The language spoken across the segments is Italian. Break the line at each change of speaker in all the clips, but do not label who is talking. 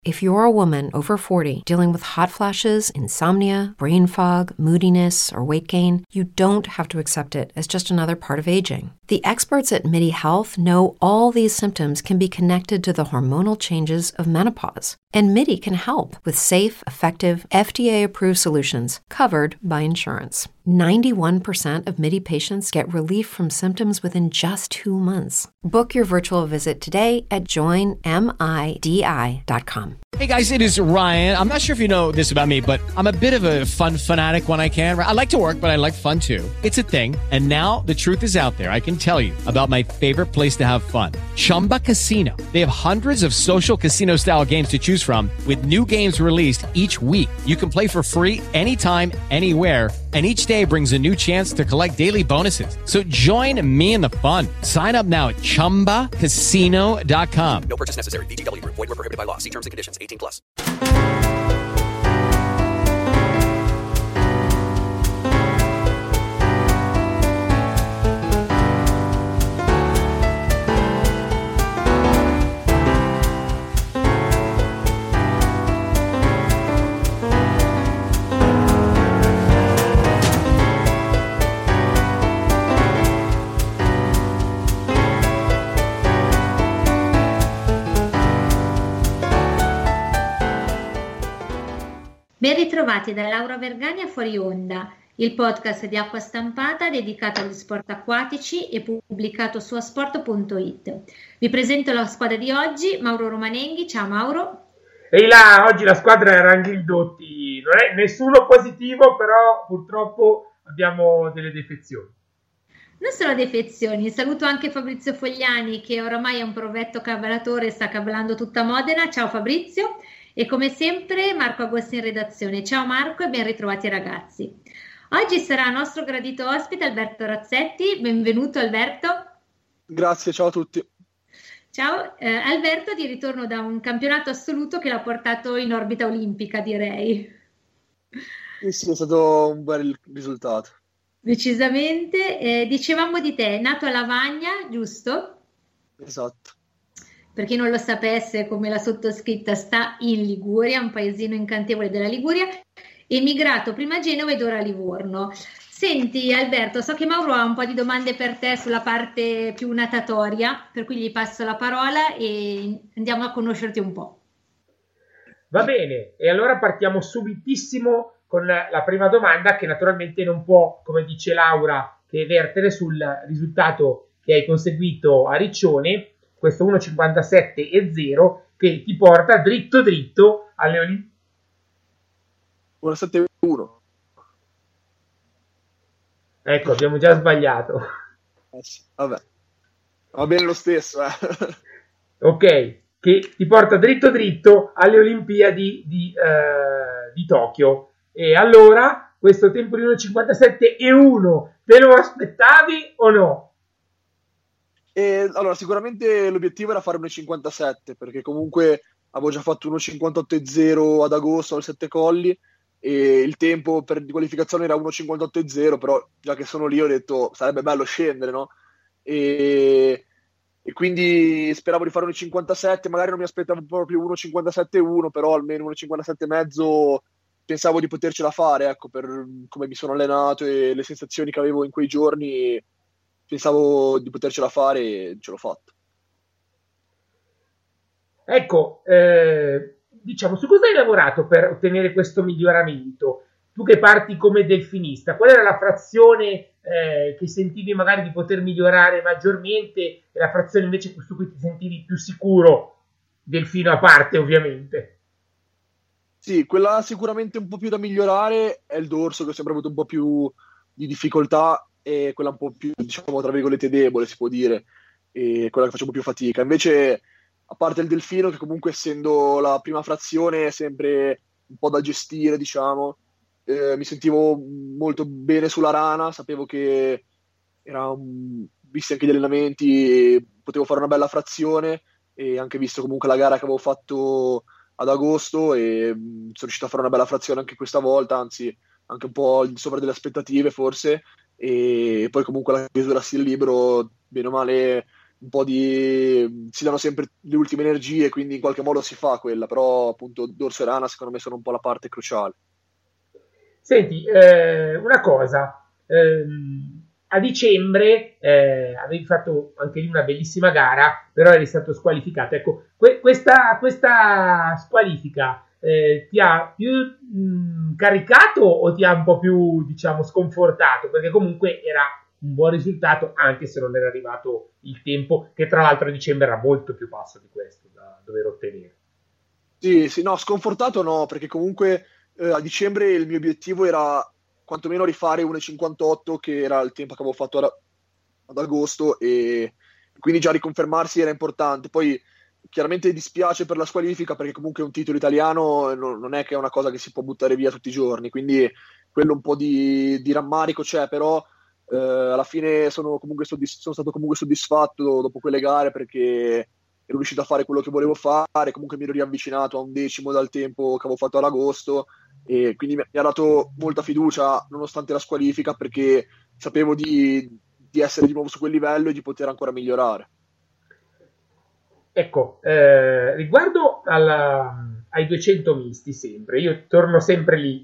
If you're a woman over 40 dealing with hot flashes, insomnia, brain fog, moodiness, or weight gain, you don't have to accept it as just another part of aging. The experts at MIDI Health know all these symptoms can be connected to the hormonal changes of menopause. And MIDI can help with safe, effective, FDA-approved solutions covered by insurance. 91% of MIDI patients get relief from symptoms within just 2 months. Book your virtual visit today at joinmidi.com.
Hey guys, it is Ryan. I'm not sure if you know this about me, but I'm a bit of a fun fanatic when I can. I like to work, but I like fun too. It's a thing. And now the truth is out there. I can tell you about my favorite place to have fun. Chumba Casino. They have hundreds of social casino style games to choose from with new games released each week. You can play for free anytime, anywhere. And each day brings a new chance to collect daily bonuses. So join me in the fun. Sign up now at ChumbaCasino.com.
No purchase necessary. VGW Group. Void where prohibited by law. See terms and conditions. 18+.
Ben ritrovati da Laura Vergani a Fuori Onda, il podcast di Acqua Stampata dedicato agli sport acquatici e pubblicato su asport.it. Vi presento la squadra di oggi, Mauro Romanenghi. Ciao Mauro.
Ehi là, oggi la squadra era Anghildotti, non è nessuno positivo, però purtroppo abbiamo delle defezioni.
Non solo defezioni, saluto anche Fabrizio Fogliani che oramai è un provetto cavallatore e sta cavalando tutta Modena. Ciao Fabrizio. E come sempre Marco Agosti in redazione. Ciao Marco e ben ritrovati ragazzi. Oggi sarà nostro gradito ospite Alberto Razzetti. Benvenuto Alberto.
Grazie, ciao a tutti.
Ciao Alberto, di ritorno da un campionato assoluto che l'ha portato in orbita olimpica, direi.
Sì, è stato un bel risultato.
Decisamente. Dicevamo di te, nato a Lavagna, giusto?
Esatto.
Per chi non lo sapesse, come la sottoscritta, sta in Liguria, un paesino incantevole della Liguria, emigrato prima a Genova ed ora a Livorno. Senti Alberto, so che Mauro ha un po' di domande per te sulla parte più natatoria, per cui gli passo la parola e andiamo a conoscerti un po'.
Va bene, e allora partiamo subitissimo con la prima domanda, che naturalmente non può, come dice Laura, che vertere sul risultato che hai conseguito a Riccione, questo 1,57,0 che ti porta dritto alle Olimpiadi.
1,71.
Ecco, abbiamo già sbagliato.
Sì, vabbè, va bene lo stesso.
Ok, che ti porta dritto alle Olimpiadi di Tokyo. E allora, questo tempo di 1,57,1 te lo aspettavi o no?
Allora, sicuramente l'obiettivo era fare 1,57 perché comunque avevo già fatto 1,58,0 ad agosto al Sette Colli e il tempo di qualificazione era 1,58,0, però già che sono lì ho detto sarebbe bello scendere, no? E quindi speravo di fare 1,57, magari non mi aspettavo proprio 1,57,1, però almeno 1,57,5 pensavo di potercela fare, ecco, per come mi sono allenato e le sensazioni che avevo in quei giorni. Pensavo di potercela fare e ce l'ho fatta.
Ecco, diciamo, su cosa hai lavorato per ottenere questo miglioramento? Tu che parti come delfinista, qual era la frazione che sentivi magari di poter migliorare maggiormente e la frazione invece su cui ti sentivi più sicuro, delfino a parte ovviamente?
Sì, quella sicuramente un po' più da migliorare è il dorso, che ho sempre avuto un po' più di difficoltà, e quella un po' più, diciamo, tra virgolette debole, si può dire, e quella che faccio un po' più fatica. Invece, a parte il delfino, che comunque essendo la prima frazione è sempre un po' da gestire, diciamo, mi sentivo molto bene sulla rana, sapevo che visti anche gli allenamenti, potevo fare una bella frazione, e anche visto comunque la gara che avevo fatto ad agosto, e sono riuscito a fare una bella frazione anche questa volta, anzi anche un po' al di sopra delle aspettative forse. E poi comunque la chiusura stile libero, bene o male, un po' si danno sempre le ultime energie, quindi in qualche modo si fa quella, però appunto dorso e rana secondo me sono un po' la parte cruciale.
Senti, una cosa, a dicembre avevi fatto anche lì una bellissima gara, però eri stato squalificato. Ecco, questa squalifica ti ha più caricato o ti ha un po' più, diciamo, sconfortato? Perché comunque era un buon risultato, anche se non era arrivato il tempo, che tra l'altro a dicembre era molto più basso di questo da dover ottenere.
Sì, no, sconfortato no, perché comunque a dicembre il mio obiettivo era quantomeno rifare 1,58, che era il tempo che avevo fatto ad agosto, e quindi già riconfermarsi era importante. Poi chiaramente dispiace per la squalifica, perché comunque un titolo italiano non è che è una cosa che si può buttare via tutti i giorni, quindi quello un po' di rammarico c'è, però alla fine sono stato comunque soddisfatto dopo quelle gare, perché ero riuscito a fare quello che volevo fare, comunque mi ero riavvicinato a 1/10 dal tempo che avevo fatto ad agosto, e quindi mi ha dato molta fiducia nonostante la squalifica, perché sapevo di essere di nuovo su quel livello e di poter ancora migliorare.
Ecco, riguardo ai 200 misti, sempre, io torno sempre lì.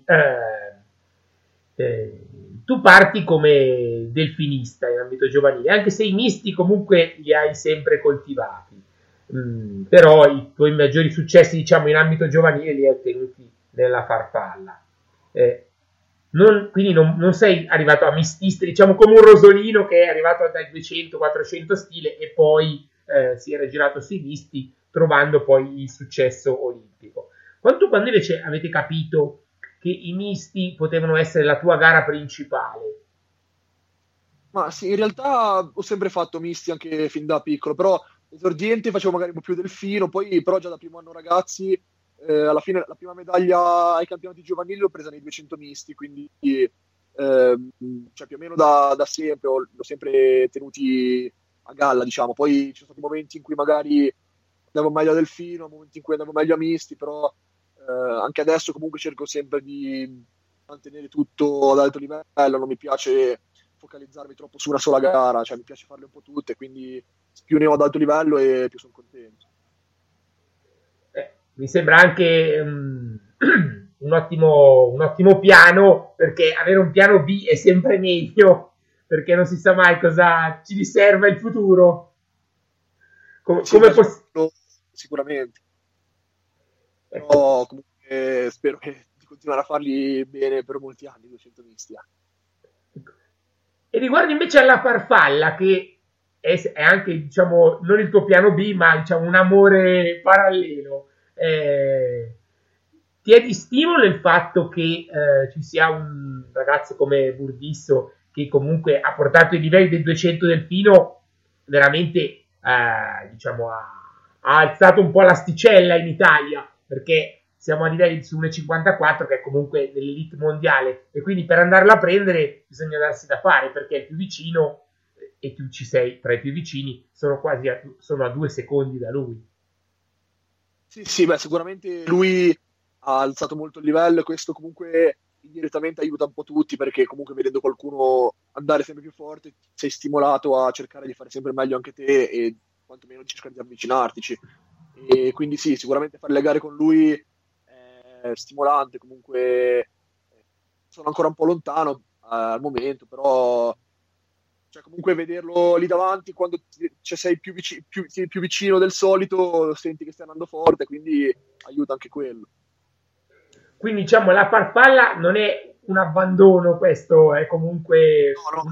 Tu parti come delfinista in ambito giovanile, anche se i misti comunque li hai sempre coltivati, però i tuoi maggiori successi, diciamo, in ambito giovanile li hai ottenuti nella farfalla. Quindi non sei arrivato a mistista, diciamo, come un Rosolino che è arrivato dai 200-400 stile e poi si era girato sui misti, trovando poi il successo olimpico. Quando invece avete capito che i misti potevano essere la tua gara principale?
Ma sì, in realtà ho sempre fatto misti anche fin da piccolo, però esordiente facevo magari un po' più delfino, poi però già da primo anno ragazzi, alla fine la prima medaglia ai campionati giovanili l'ho presa nei 200 misti, quindi cioè più o meno da sempre, l'ho sempre tenuti a galla, diciamo. Poi ci sono stati momenti in cui magari andavo meglio a delfino, momenti in cui andavo meglio a misti, però anche adesso comunque cerco sempre di mantenere tutto ad alto livello, non mi piace focalizzarmi troppo su una sola gara, cioè mi piace farle un po' tutte, quindi più ne ho ad alto livello e più sono contento.
Mi sembra anche un ottimo piano, perché avere un piano B è sempre meglio, perché non si sa mai cosa ci riserva il futuro.
Sicuramente. Però comunque spero di continuare a farli bene per molti anni, 200 misti.
E riguardo invece alla farfalla, che è anche, diciamo, non il tuo piano B, ma diciamo un amore parallelo, ti è di stimolo il fatto che ci sia un ragazzo come Burdisso che comunque ha portato i livelli del 200 delfino veramente, diciamo, ha alzato un po' l'asticella in Italia, perché siamo a livelli su 1,54 che è comunque nell'elite mondiale, e quindi per andarla a prendere bisogna darsi da fare, perché è il più vicino e tu ci sei tra i più vicini, sono a 2 secondi da lui.
Sì, beh, sicuramente lui ha alzato molto il livello e questo comunque indirettamente aiuta un po' tutti, perché comunque vedendo qualcuno andare sempre più forte sei stimolato a cercare di fare sempre meglio anche te e quantomeno cercare di avvicinartici, e quindi sì, sicuramente fare le gare con lui è stimolante. Comunque sono ancora un po' lontano al momento, però cioè comunque vederlo lì davanti quando sei più vicino del solito, senti che stai andando forte, quindi aiuta anche quello.
Quindi diciamo la farfalla non è un abbandono, questo è comunque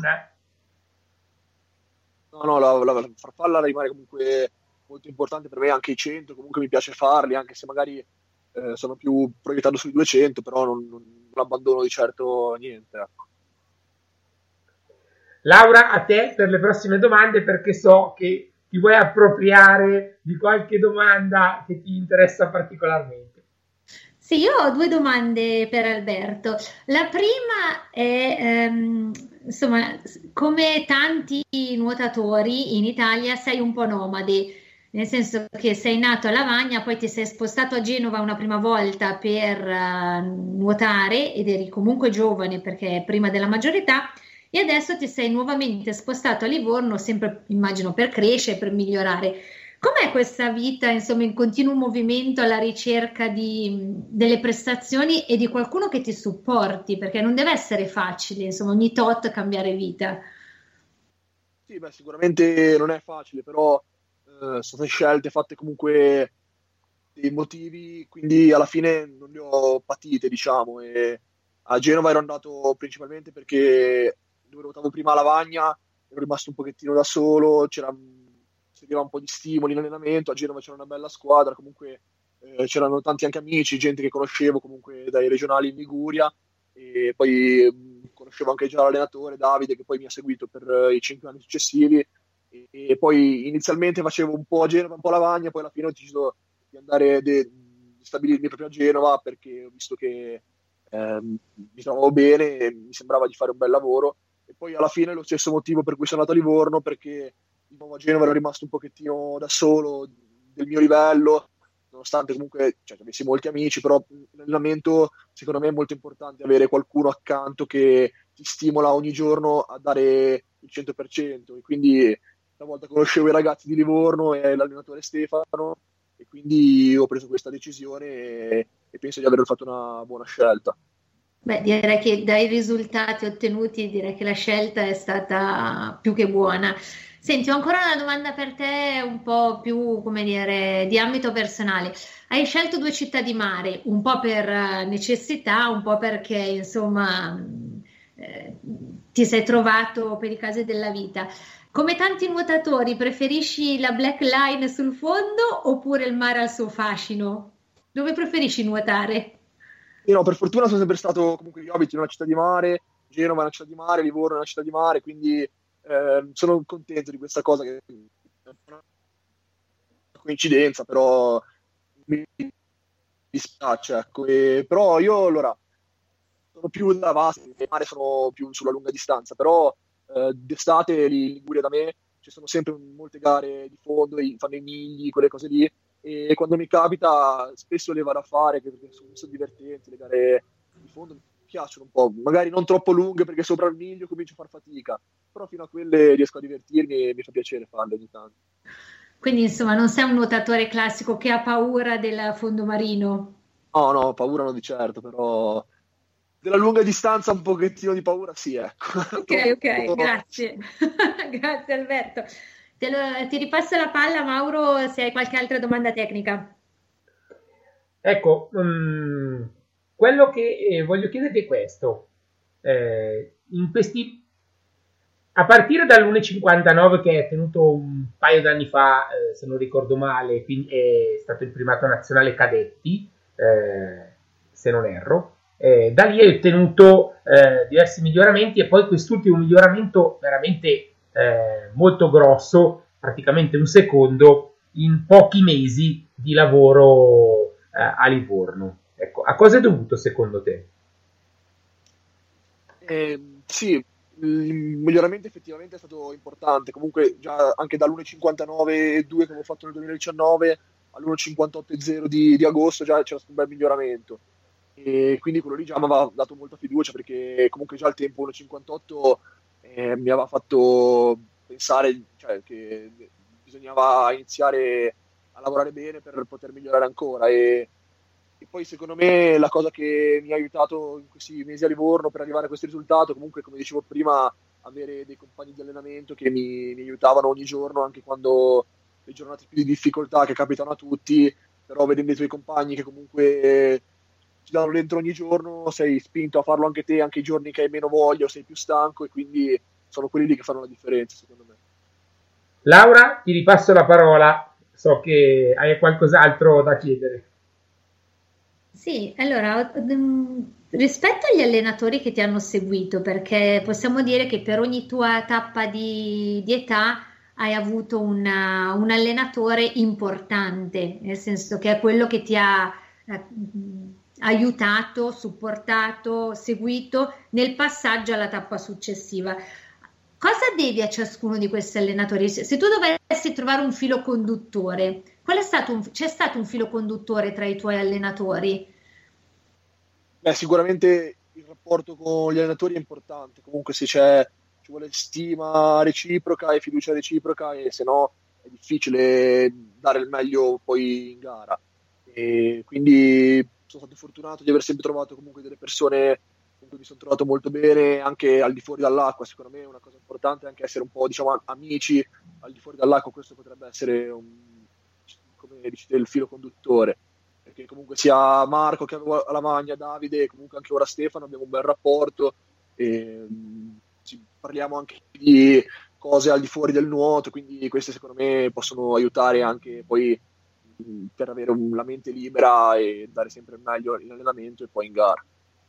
No, la farfalla rimane comunque molto importante per me, anche i 100 comunque mi piace farli, anche se magari sono più proiettato sui 200, però non abbandono di certo niente, ecco.
Laura, a te per le prossime domande, perché so che ti vuoi appropriare di qualche domanda che ti interessa particolarmente.
Sì, io ho 2 domande per Alberto. La prima è, insomma, come tanti nuotatori in Italia sei un po' nomade, nel senso che sei nato a Lavagna, poi ti sei spostato a Genova una prima volta per nuotare ed eri comunque giovane perché prima della maggiore età, e adesso ti sei nuovamente spostato a Livorno, sempre immagino per crescere, per migliorare. Com'è questa vita, insomma, in continuo movimento alla ricerca delle prestazioni e di qualcuno che ti supporti? Perché non deve essere facile, insomma, ogni tot cambiare vita.
Sì, beh, sicuramente non è facile, però sono state scelte fatte comunque dei motivi, quindi alla fine non le ho patite, diciamo. E a Genova ero andato principalmente perché dove ruotavo prima a Lavagna ero rimasto un pochettino da solo, serviva un po' di stimoli in allenamento, a Genova c'era una bella squadra, comunque c'erano tanti anche amici, gente che conoscevo comunque dai regionali in Liguria, e poi conoscevo anche già l'allenatore Davide, che poi mi ha seguito per i 5 anni successivi, e poi inizialmente facevo un po' a Genova, un po' a Lavagna, poi alla fine ho deciso di andare di stabilirmi proprio a Genova, perché ho visto che mi trovavo bene e mi sembrava di fare un bel lavoro. E poi alla fine lo stesso motivo per cui sono andato a Livorno, perché di nuovo a Genova ero rimasto un pochettino da solo del mio livello, nonostante comunque avessi molti amici, però l'allenamento secondo me è molto importante avere qualcuno accanto che ti stimola ogni giorno a dare il 100%, e quindi una volta conoscevo i ragazzi di Livorno e l'allenatore Stefano, e quindi ho preso questa decisione e penso di aver fatto una buona scelta.
Beh, direi che dai risultati ottenuti, direi che la scelta è stata più che buona. Senti, ho ancora una domanda per te, un po' più, come dire, di ambito personale. Hai scelto due città di mare, un po' per necessità, un po' perché, insomma, eh, ti sei trovato per i casi della vita. Come tanti nuotatori, preferisci la black line sul fondo oppure il mare al suo fascino? Dove preferisci nuotare?
Io no, per fortuna sono sempre stato, comunque io abito in una città di mare, Genova è una città di mare, Livorno è una città di mare, quindi sono contento di questa cosa, che è una coincidenza, però mi dispiace, ecco. Però io allora sono più da Vasti, il mare sono più sulla lunga distanza, però d'estate lì in Liguria da me ci sono sempre molte gare di fondo, fanno i migli, quelle cose lì, e quando mi capita spesso le vado a fare perché sono divertenti, le gare di fondo mi piacciono un po', magari non troppo lunghe perché sopra il miglio comincio a far fatica, però fino a quelle riesco a divertirmi e mi fa piacere farle ogni tanto.
Quindi, insomma, non sei un nuotatore classico che ha paura del fondo marino.
No, no, paura non di certo, però della lunga distanza un pochettino di paura sì, ecco.
Ok, ok, grazie. Grazie Alberto. Ti ripasso la palla, Mauro, se hai qualche altra domanda tecnica.
Ecco, quello che voglio chiederti è questo. A partire dall'1,59 che è tenuto un paio d'anni fa, se non ricordo male, quindi è stato il primato nazionale cadetti, se non erro, da lì hai ottenuto diversi miglioramenti, e poi quest'ultimo miglioramento veramente molto grosso, praticamente un secondo in pochi mesi di lavoro a Livorno. Ecco, a cosa è dovuto secondo te?
Sì, il miglioramento effettivamente è stato importante. Comunque già anche dall'1,59,2 che avevo fatto nel 2019 all'1,58,0 di agosto già c'era stato un bel miglioramento, e quindi quello lì già mi aveva dato molta fiducia, perché comunque già il tempo 1,58 mi aveva fatto pensare, cioè, che bisognava iniziare a lavorare bene per poter migliorare ancora, e poi secondo me la cosa che mi ha aiutato in questi mesi a Livorno per arrivare a questo risultato, comunque come dicevo prima, avere dei compagni di allenamento che mi aiutavano ogni giorno, anche quando le giornate più di difficoltà che capitano a tutti, però vedendo i tuoi compagni che comunque ti danno dentro ogni giorno, sei spinto a farlo anche te, anche i giorni che hai meno voglia o sei più stanco, e quindi sono quelli lì che fanno la differenza secondo me.
Laura, ti ripasso la parola, so che hai qualcos'altro da chiedere.
Sì, allora, rispetto agli allenatori che ti hanno seguito, perché possiamo dire che per ogni tua tappa di età hai avuto un allenatore importante, nel senso che è quello che ti ha aiutato, supportato, seguito nel passaggio alla tappa successiva. Cosa devi a ciascuno di questi allenatori? Se tu dovessi trovare un filo conduttore, c'è stato un filo conduttore tra i tuoi allenatori?
Beh, sicuramente il rapporto con gli allenatori è importante. Comunque se c'è ci vuole stima reciproca e fiducia reciproca, e se no è difficile dare il meglio poi in gara. E quindi sono stato fortunato di aver sempre trovato comunque delle persone con cui mi sono trovato molto bene, anche al di fuori dall'acqua. Secondo me una cosa importante è anche essere un po', diciamo, amici al di fuori dall'acqua. Questo potrebbe essere, come dicete, il filo conduttore, perché comunque sia Marco che avevo alla Magna, Davide, e comunque anche ora Stefano, abbiamo un bel rapporto, e parliamo anche di cose al di fuori del nuoto, quindi queste secondo me possono aiutare anche poi per avere la mente libera e dare sempre il meglio in allenamento e poi in gara.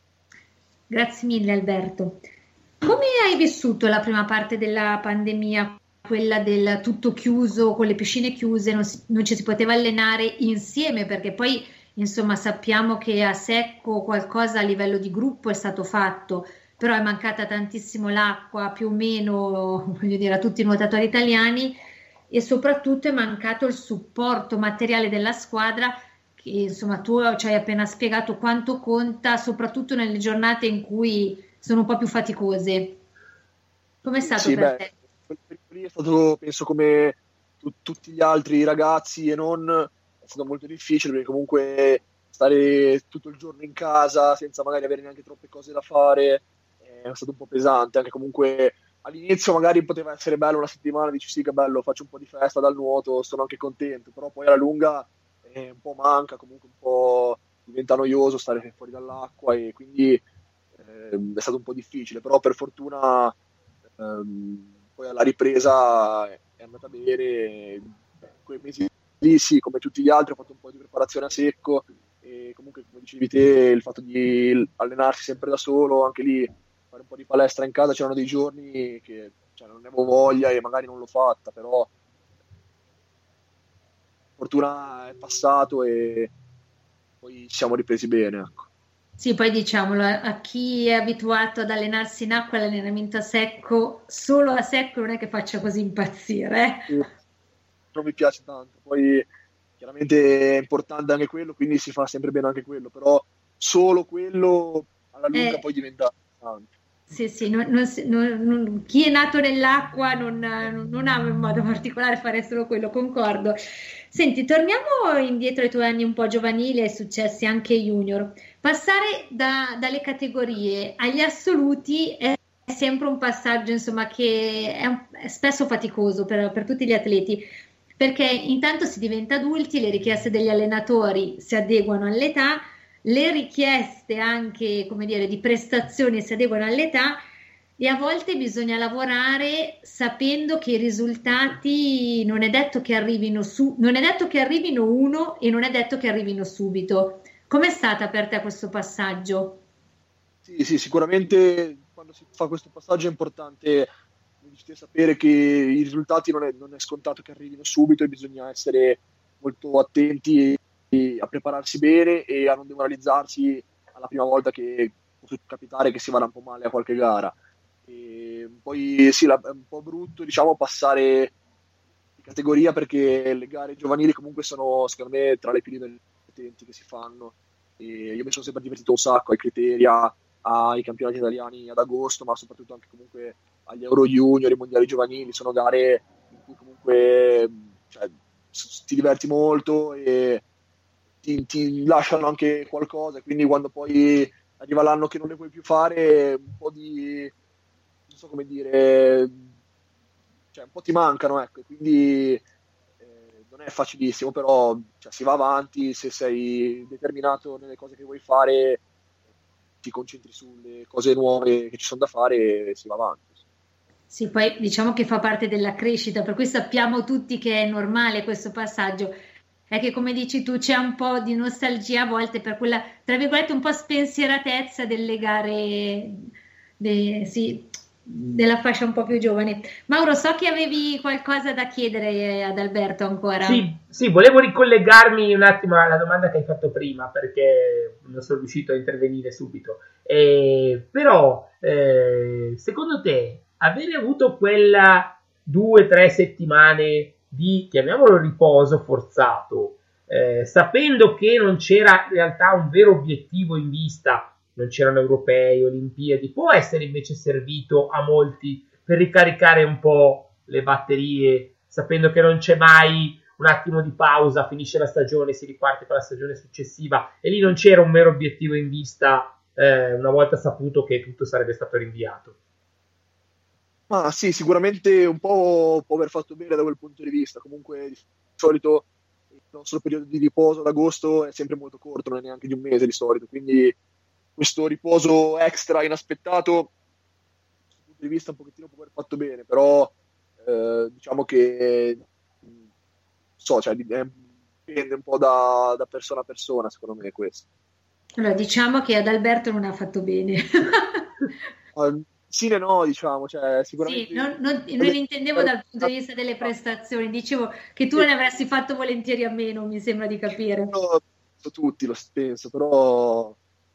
Grazie mille Alberto. Come hai vissuto la prima parte della pandemia, quella del tutto chiuso, con le piscine chiuse, non ci si poteva allenare insieme, perché poi insomma sappiamo che a Secco qualcosa a livello di gruppo è stato fatto, però è mancata tantissimo l'acqua, più o meno, voglio dire, a tutti i nuotatori italiani, e soprattutto è mancato il supporto materiale della squadra, che insomma tu ci hai appena spiegato quanto conta, soprattutto nelle giornate in cui sono un po' più faticose. Com'è stato per te?
Quel periodo lì è stato, penso, come tutti gli altri ragazzi e non, è stato molto difficile, perché comunque stare tutto il giorno in casa senza magari avere neanche troppe cose da fare è stato un po' pesante. Anche comunque all'inizio magari poteva essere bello una settimana, dici sì che bello, faccio un po' di festa dal nuoto, sono anche contento, però poi alla lunga un po' manca, comunque un po' diventa noioso stare fuori dall'acqua, e quindi è stato un po' difficile, però per fortuna poi alla ripresa è andata bene. Quei mesi lì sì, come tutti gli altri, ho fatto un po' di preparazione a secco, e comunque come dicevi te il fatto di allenarsi sempre da solo, anche lì fare un po' di palestra in casa, c'erano dei giorni che non ne avevo voglia e magari non l'ho fatta, però fortuna è passato e poi ci siamo ripresi bene, ecco.
Sì, poi diciamolo, a chi è abituato ad allenarsi in acqua, l'allenamento a secco, solo a secco, non è che faccia così impazzire.
Non mi piace tanto, poi chiaramente è importante anche quello, quindi si fa sempre bene anche quello, però solo quello alla lunga poi diventa tanto.
Sì, chi è nato nell'acqua non ama in modo particolare fare solo quello, concordo. Senti, torniamo indietro ai tuoi anni un po' giovanili, ai successi anche junior. Passare dalle categorie agli assoluti è sempre un passaggio, insomma, che è spesso faticoso per tutti gli atleti, perché intanto si diventa adulti, le richieste degli allenatori si adeguano all'età, le richieste anche, come dire, di prestazioni si adeguano all'età, e a volte bisogna lavorare sapendo che i risultati non è detto che arrivino non è detto che arrivino uno e non è detto che arrivino subito. Com'è stata per te questo passaggio?
Sì, sicuramente quando si fa questo passaggio è importante sapere che i risultati non è scontato che arrivino subito, e bisogna essere molto attenti a prepararsi bene e a non demoralizzarsi alla prima volta che può capitare che si vada un po' male a qualche gara. E poi sì, è un po' brutto, diciamo, passare di categoria, perché le gare giovanili comunque sono, secondo me, tra le più divertenti che si fanno, e io mi sono sempre divertito un sacco ai Criteria, ai campionati italiani ad agosto, ma soprattutto anche comunque agli Euro Junior, i mondiali giovanili. Sono gare in cui comunque ti diverti molto e ti lasciano anche qualcosa, quindi quando poi arriva l'anno che non le puoi più fare, un po' di, non so come dire, un po' ti mancano, ecco. Quindi non è facilissimo, però si va avanti. Se sei determinato nelle cose che vuoi fare, ti concentri sulle cose nuove che ci sono da fare e si va avanti.
Sì, poi diciamo che fa parte della crescita, per cui sappiamo tutti che è normale questo passaggio. È che, come dici tu, c'è un po' di nostalgia a volte per quella, tra virgolette, un po' spensieratezza delle gare della fascia un po' più giovane. Mauro, so che avevi qualcosa da chiedere ad Alberto ancora.
Sì, volevo ricollegarmi un attimo alla domanda che hai fatto prima, perché non sono riuscito a intervenire subito. Però, secondo te, avere avuto quella 2-3 settimane di, chiamiamolo, riposo forzato, sapendo che non c'era in realtà un vero obiettivo in vista, non c'erano europei, olimpiadi, può essere invece servito a molti per ricaricare un po' le batterie, sapendo che non c'è mai un attimo di pausa, finisce la stagione, si riparte con la stagione successiva, e lì non c'era un mero obiettivo in vista una volta saputo che tutto sarebbe stato rinviato.
Ma sì, sicuramente un po' può aver fatto bene da quel punto di vista. Comunque di solito il nostro periodo di riposo ad agosto è sempre molto corto, non è neanche di un mese di solito, quindi questo riposo extra inaspettato dal punto di vista un pochettino può aver fatto bene, però diciamo che cioè, dipende un po' da persona a persona, secondo me questo.
Allora, diciamo che ad Alberto non ha fatto bene.
Sì e no, diciamo, cioè, sicuramente...
Sì, non intendevo dal punto di vista delle prestazioni, dicevo che tu ne avresti fatto volentieri a meno, mi sembra di capire.
Tutti lo penso, però...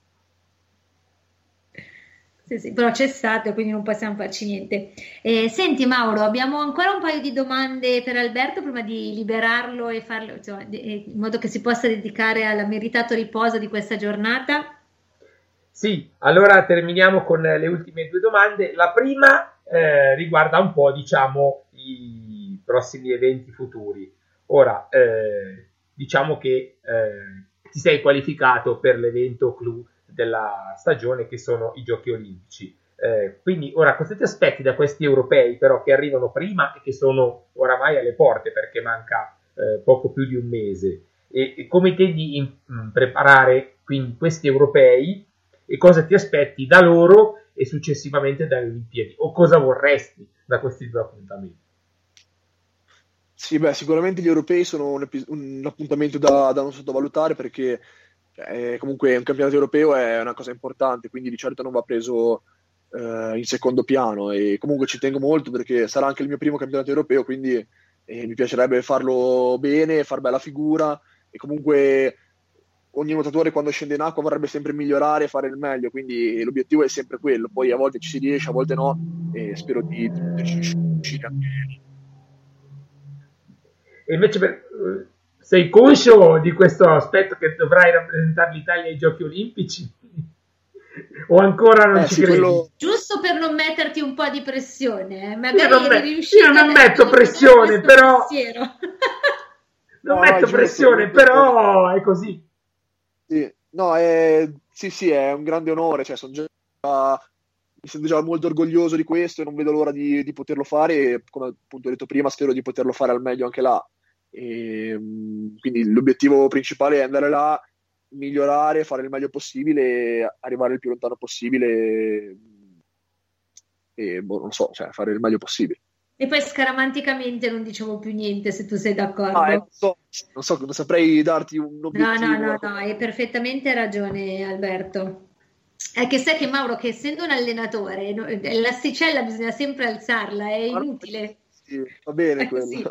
Sì, però c'è stato, quindi non possiamo farci niente. Senti Mauro, abbiamo ancora un paio di domande per Alberto prima di liberarlo e farlo, insomma, in modo che si possa dedicare al meritato riposo di questa giornata.
Sì, allora terminiamo con le ultime due domande. La prima riguarda un po', diciamo, i prossimi eventi futuri. Ora, diciamo che ti sei qualificato per l'evento clou della stagione, che sono i Giochi Olimpici. Quindi ora cosa ti aspetti da questi europei però che arrivano prima e che sono oramai alle porte, perché manca poco più di un mese, e come intendi preparare quindi questi europei e cosa ti aspetti da loro e successivamente dalle Olimpiadi, o cosa vorresti da questi due appuntamenti?
Sì, beh, sicuramente gli europei sono un appuntamento da non sottovalutare, perché comunque un campionato europeo è una cosa importante, quindi di certo non va preso in secondo piano, e comunque ci tengo molto perché sarà anche il mio primo campionato europeo, quindi mi piacerebbe farlo bene, far bella figura, e comunque ogni nuotatore quando scende in acqua vorrebbe sempre migliorare e fare il meglio, quindi l'obiettivo è sempre quello. Poi a volte ci si riesce, a volte no, e spero di poterci riuscire anche lì.
E invece sei conscio di questo aspetto, che dovrai rappresentare l'Italia ai Giochi Olimpici? O ancora non ci credi?
Giusto per non metterti un po' di pressione, magari
io non metto pressione, però non metto pressione, però è così.
Sì, no, sì, è un grande onore, cioè mi sento già molto orgoglioso di questo e non vedo l'ora di poterlo fare, e come appunto ho detto prima spero di poterlo fare al meglio anche là. Quindi l'obiettivo principale è andare là, migliorare, fare il meglio possibile, arrivare il più lontano possibile e non so, cioè fare il meglio possibile.
E poi scaramanticamente non dicevo più niente, se tu sei d'accordo.
Non saprei darti un obiettivo.
No, hai perfettamente ragione Alberto. È che sai che Mauro, che essendo un allenatore, l'asticella bisogna sempre alzarla, è inutile.
Sì, va bene quello.
Sì.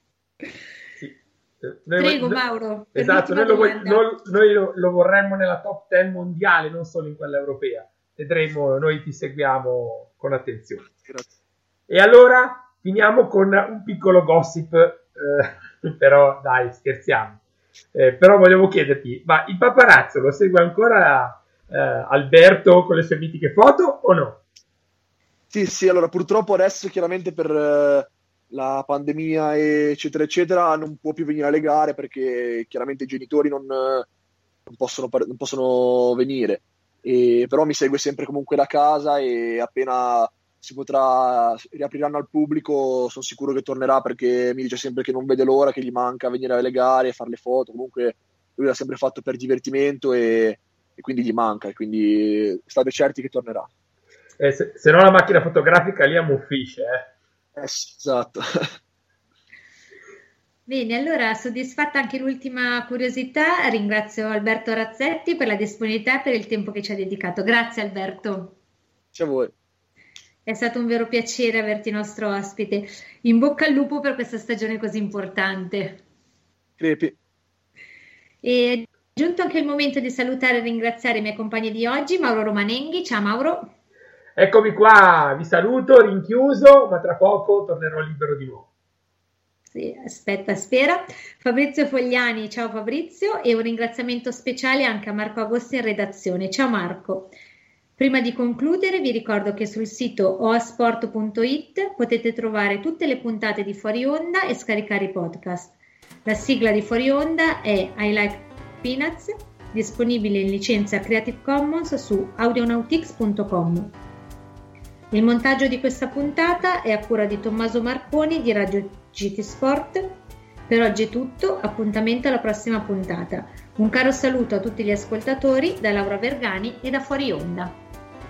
Prego
Mauro.
Esatto, noi lo vorremmo nella top 10 mondiale, non solo in quella europea. Vedremo, noi ti seguiamo con attenzione.
Grazie.
E allora finiamo con un piccolo gossip, però dai, scherziamo. Però volevo chiederti, ma il paparazzo lo segue ancora Alberto con le sue mitiche foto o no?
Sì, allora purtroppo adesso chiaramente per la pandemia eccetera eccetera non può più venire alle gare, perché chiaramente i genitori non possono venire, però mi segue sempre comunque da casa, e appena riapriranno al pubblico sono sicuro che tornerà, perché mi dice sempre che non vede l'ora, che gli manca venire alle gare e fare le foto. Comunque lui l'ha sempre fatto per divertimento e quindi gli manca, e quindi state certi che tornerà.
Se no la macchina fotografica lì ammuffisce,
esatto.
Bene, allora soddisfatta anche l'ultima curiosità, ringrazio Alberto Razzetti per la disponibilità e per il tempo che ci ha dedicato. Grazie Alberto.
Grazie a voi.
È stato un vero piacere averti nostro ospite. In bocca al lupo per questa stagione così importante.
Crepi.
E è giunto anche il momento di salutare e ringraziare i miei compagni di oggi, Mauro Romanenghi. Ciao Mauro.
Eccomi qua, vi saluto, rinchiuso, ma tra poco tornerò libero di nuovo.
Sì, aspetta, spera. Fabrizio Fogliani, ciao Fabrizio, e un ringraziamento speciale anche a Marco Agosti in redazione. Ciao Marco. Prima di concludere vi ricordo che sul sito oasport.it potete trovare tutte le puntate di Fuori Onda e scaricare i podcast. La sigla di Fuori Onda è I Like Peanuts, disponibile in licenza Creative Commons su audionautics.com. Il montaggio di questa puntata è a cura di Tommaso Marconi di Radio GT Sport. Per oggi è tutto, appuntamento alla prossima puntata. Un caro saluto a tutti gli ascoltatori da Laura Vergani e da Fuori Onda.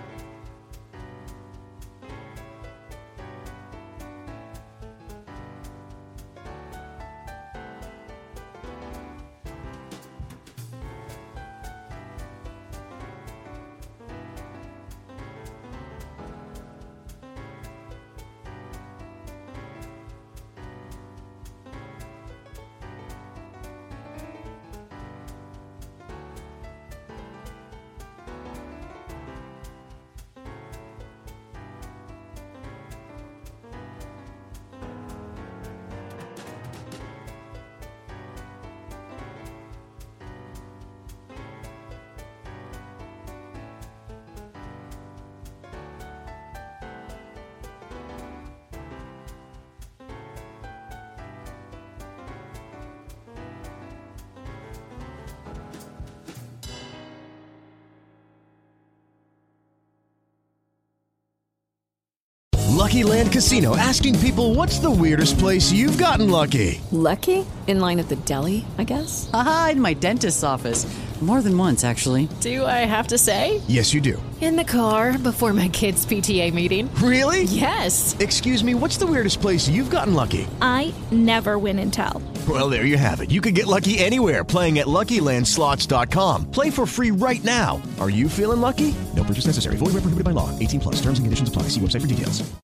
Lucky Land Casino, asking people, what's the weirdest place you've gotten lucky?
Lucky? In line at the deli, I guess?
Aha, in my dentist's office. More than once, actually.
Do I have to say?
Yes, you do.
In the car before my kids' PTA meeting.
Really?
Yes.
Excuse me, what's the weirdest place you've gotten lucky?
I never win and tell.
Well, there you have it. You can get lucky anywhere, playing at LuckyLandSlots.com. Play for free right now. Are you feeling lucky? No purchase necessary. Void where prohibited by law. 18+. Terms and conditions apply. See website for details.